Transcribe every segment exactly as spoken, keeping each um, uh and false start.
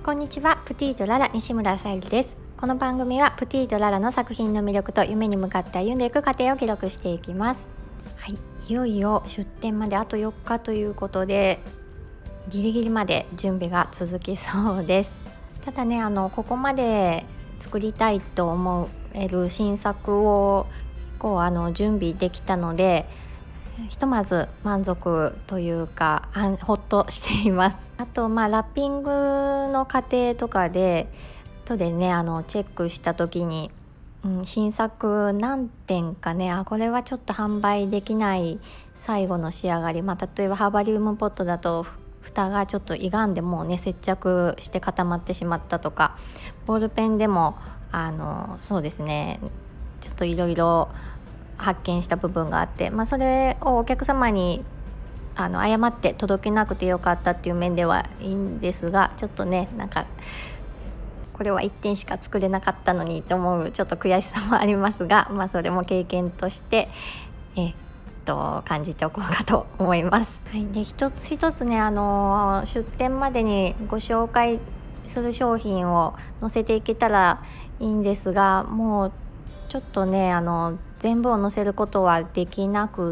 こんにちは。プティとララ西村さゆりです。この番組はプティとララの作品の魅力と夢に向かって歩んでいく過程を記録していきます。はい、いよいよ出展まであとよっかということで、ギリギリまで準備が続きそうです。ただね、あのここまで作りたいと思える新作をこうあの準備できたので、ひとまず満足というかほっとしています。あとまあラッピングの過程とかで後でねあのチェックした時に、うん、新作何点かねあこれはちょっと販売できない最後の仕上がり、まあ、例えばハーバリウムポットだと蓋がちょっと歪んでもうね接着して固まってしまったとか、ボールペンでもあのそうですねちょっといろいろ発見した部分があって、まあ、それをお客様にあの誤って届けなくてよかったっていう面ではいいんですが、ちょっとねなんかこれはいってんしか作れなかったのにと思うちょっと悔しさもありますが、まあ、それも経験としてえっと感じておこうかと思います。はい、で一つ一つねあの出店までにご紹介する商品を載せていけたらいいんですが、もうちょっとねあの全部を載せることはできなくって、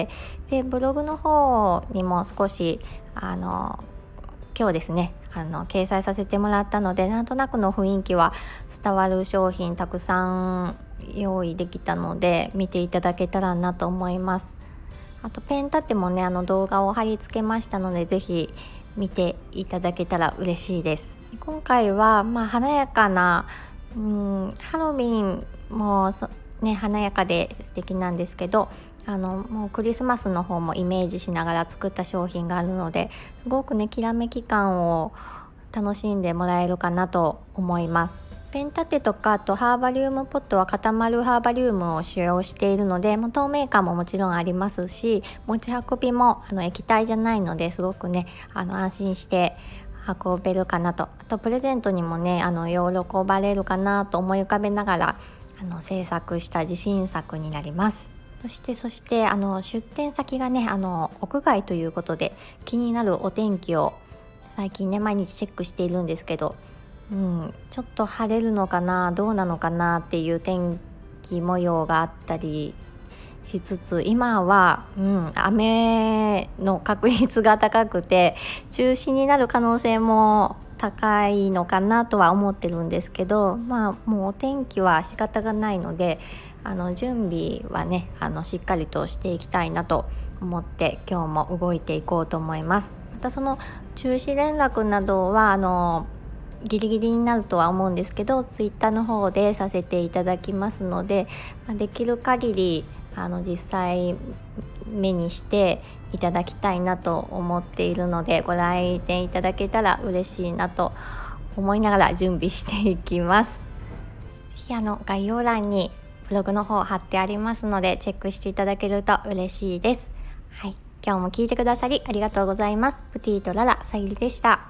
でブログの方にも少しあの今日ですねあの掲載させてもらったので、なんとなくの雰囲気は伝わる商品たくさん用意できたので見ていただけたらなと思います。あとペン立てもねあの動画を貼り付けましたので、ぜひ見ていただけたら嬉しいです。今回はまあ華やかなうんハロウィンもね華やかで素敵なんですけど、あのもうクリスマスの方もイメージしながら作った商品があるので、すごくねきらめき感を楽しんでもらえるかなと思います。ペン立てとかあとハーバリウムポットは固まるハーバリウムを使用しているので、もう透明感ももちろんありますし、持ち運びもあの液体じゃないのですごくねあの安心して運べるかなと、あとプレゼントにもねあの喜ばれるかなと思い浮かべながらあの制作した自信作になります。そしてそしてあの出店先がねあの屋外ということで、気になるお天気を最近ね毎日チェックしているんですけど、うん、ちょっと晴れるのかなどうなのかなっていう天気模様があったりしつつ、今は、うん、雨の確率が高くて中止になる可能性も高いのかなとは思ってるんですけど、まあもうお天気は仕方がないので、あの準備はねあのしっかりとしていきたいなと思って今日も動いていこうと思います。またその中止連絡などはあのギリギリになるとは思うんですけど、ツイッターの方でさせていただきますので、まあ、できる限りあの実際目にしていただきたいなと思っているので、ご来店いただけたら嬉しいなと思いながら準備していきます。ぜひあの概要欄にブログの方貼ってありますのでチェックしていただけると嬉しいです。はい、今日も聞いてくださりありがとうございます。プティとララさゆりでした。